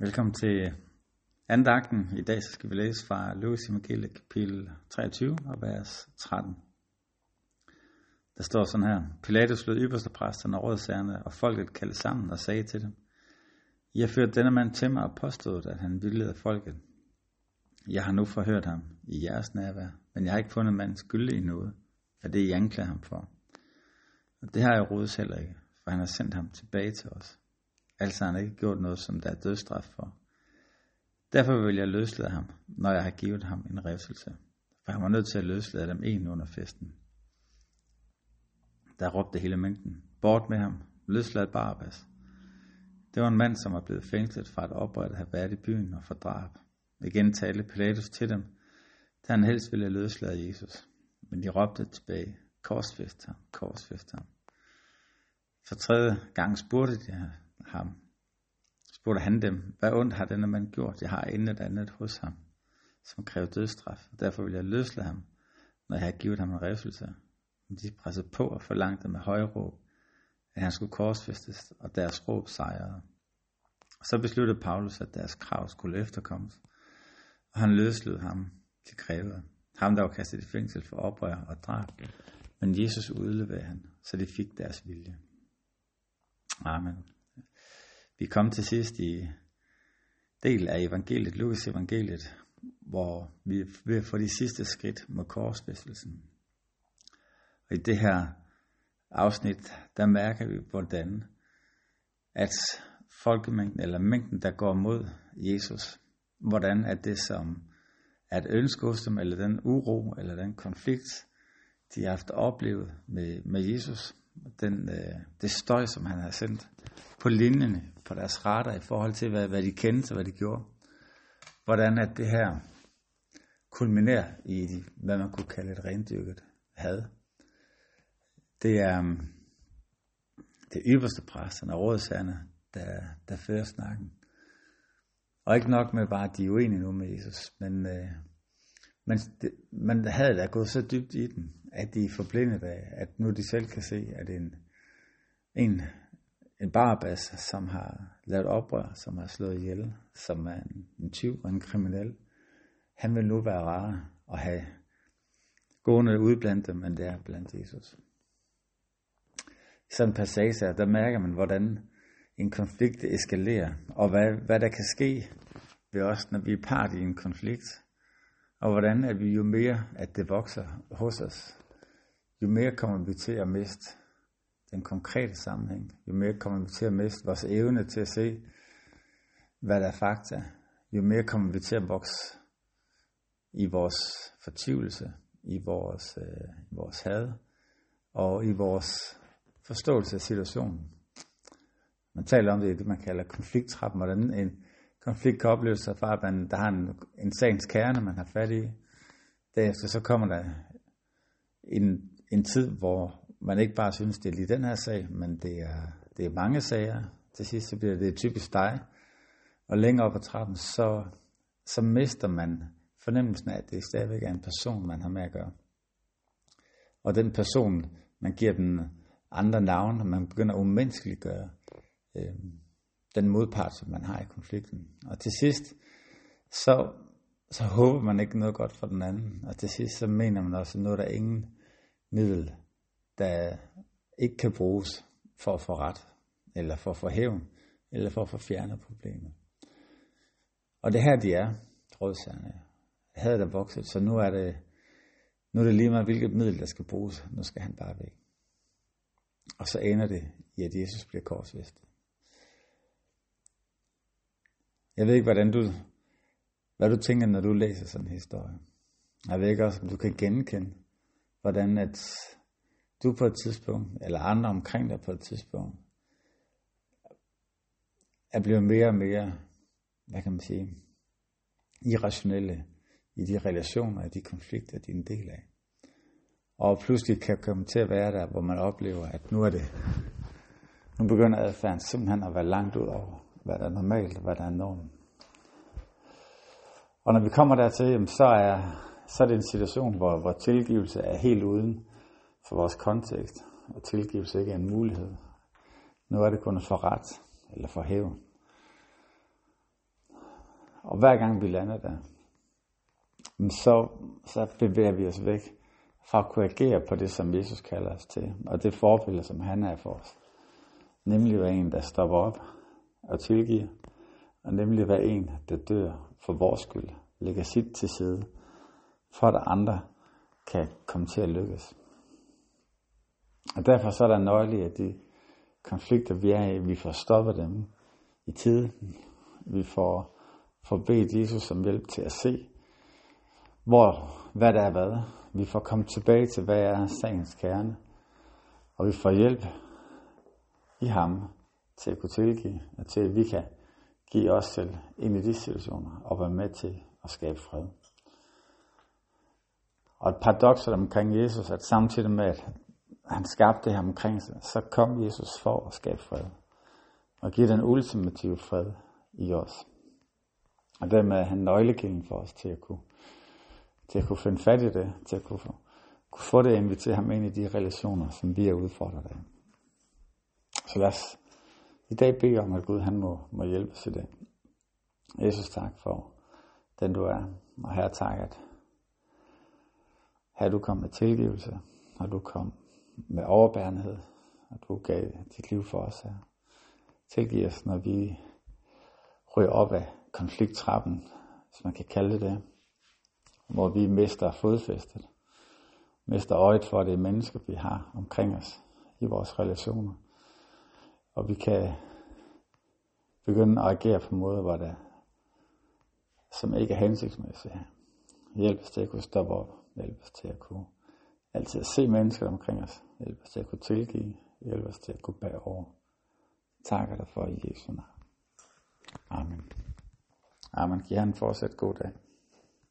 Velkommen til andagten. I dag skal vi læse fra Lukas evangeliet kapitel 23 og vers 13. Der står sådan her: Pilatus lod ypperstepræsterne og rådsherrerne og folket kalde sammen og sagde til dem: I har ført denne mand til mig og påstået, at han vildleder folket. Jeg har nu forhørt ham i jeres nærvær, men jeg har ikke fundet manden skyldig i noget af det, I anklager ham for. Og det har jeg rodet heller ikke, for han har sendt ham tilbage til os. Altså har han ikke gjort noget, som der er dødsstraf for. Derfor vil jeg løslade ham, når jeg har givet ham en revselse. For han var nødt til at løslade dem en under festen. Der råbte hele mængden: Bort med ham, løslad Barabbas. Det var en mand, som var blevet fængslet fra et oprør, der havde været i byen og for drab. Igen talte Pilatus til dem, da han helst ville løslade Jesus. Men de råbte tilbage: Korsfæst ham, korsfæst ham. For tredje gang spurgte han dem: Hvad ondt har denne mand gjort? Jeg har intet andet hos ham, som kræver dødsstraf. Derfor vil jeg løslade ham, når jeg har givet ham en revselse. Men de pressede på og forlangte med høje råb, at han skulle korsfæstes, og deres råb sejrede. Og så besluttede Paulus, at deres krav skulle efterkommes, og han løslod ham til krævede. Ham, der var kastet i fængsel for oprør og drab. Men Jesus udleverede han, så de fik deres vilje. Amen. Vi kom til sidst i del af evangeliet, Lukas evangeliet, hvor vi vil få de sidste skridt med korsfæstelsen. Og i det her afsnit, der mærker vi, hvordan at folkemængden, eller mængden, der går mod Jesus, hvordan at det som er et ønske hos dem, eller den uro, eller den konflikt, de har haft oplevet med Jesus, det støj, som han har sendt på linjerne, på deres radar i forhold til, hvad de kendte og hvad de gjorde. Hvordan at det her kulminerer i, hvad man kunne kalde et rendyrket had. Det er ypperste præsterne og rådsherrerne, der fører snakken. Og ikke nok med bare, at de er uenige nu med Jesus, men man havde da gået så dybt i den, at de er forblindet af, at nu de selv kan se, at en Barabbas, som har lavet oprør, som har slået ihjel, som er en tyv og en kriminel, han vil nu være rare og have gående ude blandt dem, men det er blandt Jesus. I sådan en passage der mærker man, hvordan en konflikt eskalerer, og hvad der kan ske ved os, når vi er part i en konflikt, og hvordan at vi jo mere, at det vokser hos os, jo mere kommer vi til at miste den konkrete sammenhæng, jo mere kommer vi til at miste vores evne til at se, hvad der er fakta, jo mere kommer vi til at vokse i vores fortvivlelse, i vores had, og i vores forståelse af situationen. Man taler om det man kalder konflikttrappen, hvordan en konflikt kan opleves sig fra, at der har en sagens kerne, man har fat i. Derefter så kommer der en tid, hvor man ikke bare synes, det er lige den her sag, men det er mange sager. Til sidst så bliver det typisk dig. Og længere op ad trappen, så mister man fornemmelsen af, at det stadigvæk er en person, man har med at gøre. Og den person, man giver den andre navne, og man begynder at umenneskeliggøre den modpart, som man har i konflikten. Og til sidst, så håber man ikke noget godt for den anden. Og til sidst, så mener man også noget, der er ingen middel, der ikke kan bruges for at få ret, eller for at få hævn, eller for at få fjernet problemet. Og det her, de er, rådsherrerne, havde der vokset, så nu er det lige meget, hvilket middel, der skal bruges. Nu skal han bare væk. Og så ender det i, at Jesus bliver korsfæstet. Jeg ved ikke, hvad du tænker, når du læser sådan en historie. Jeg ved ikke også, om du kan genkende, hvordan at du på et tidspunkt, eller andre omkring dig på et tidspunkt, er blevet mere og mere, hvad kan man sige, irrationelle i de relationer, i de konflikter, de er en del af. Og pludselig kan komme til at være der, hvor man oplever, at nu begynder adfærden simpelthen at være langt ud over, hvad der er normalt, hvad der er normen. Og når vi kommer dertil, så er det en situation, hvor tilgivelse er helt uden for vores kontekst, og tilgivelse ikke er en mulighed. Nu er det kun at få ret, eller få hævn. Og hver gang vi lander der, så bevæger vi os væk fra at kunne agere på det, som Jesus kalder os til, og det forbillede, som han er for os. Nemlig være en, der stopper op og tilgiver, og nemlig være en, der dør for vores skyld, lægger sit til side, for at andre kan komme til at lykkes. Og derfor så er der nøgle af de konflikter, vi er i, vi får stoppet dem i tide. Vi får bedt Jesus om hjælp til at se, hvad der er hvad. Vi får kommet tilbage til, hvad er sagens kerne. Og vi får hjælp i ham til at kunne tilgive, og til at vi kan give os selv ind i de situationer, og være med til at skabe fred. Og et paradoks omkring Jesus, at samtidig med, at han skabte det her omkring sig, så kom Jesus for at skabe fred. Og give den ultimative fred i os. Og dermed er han nøglegilden for os til at kunne finde fat i det, til at kunne få det, invitere ham ind i de relationer, som vi er udfordret af. Så lad os i dag bede om, at Gud han må hjælpe os i det. Jesus, tak for den du er. Og Herre, tak, at Herre, du kom med tilgivelse, og du kom med overbærenhed, og du gav dit liv for os her. Tilgiv os, når vi ryger op af konflikttrappen, hvis man kan kalde det, hvor vi mister fodfæstet, mister øjet for det mennesker, vi har omkring os i vores relationer. Og vi kan begynde at agere på måder, som ikke er hensigtsmæssige. Hjælp os til at kunne stoppe op. Hjælp os til at kunne altid at se mennesker omkring os. Hjælp os til at kunne tilgive. Hjælp os til at kunne bære over. Takker dig for i Jesu navn. Amen. Amen. Giv han fortsat god dag.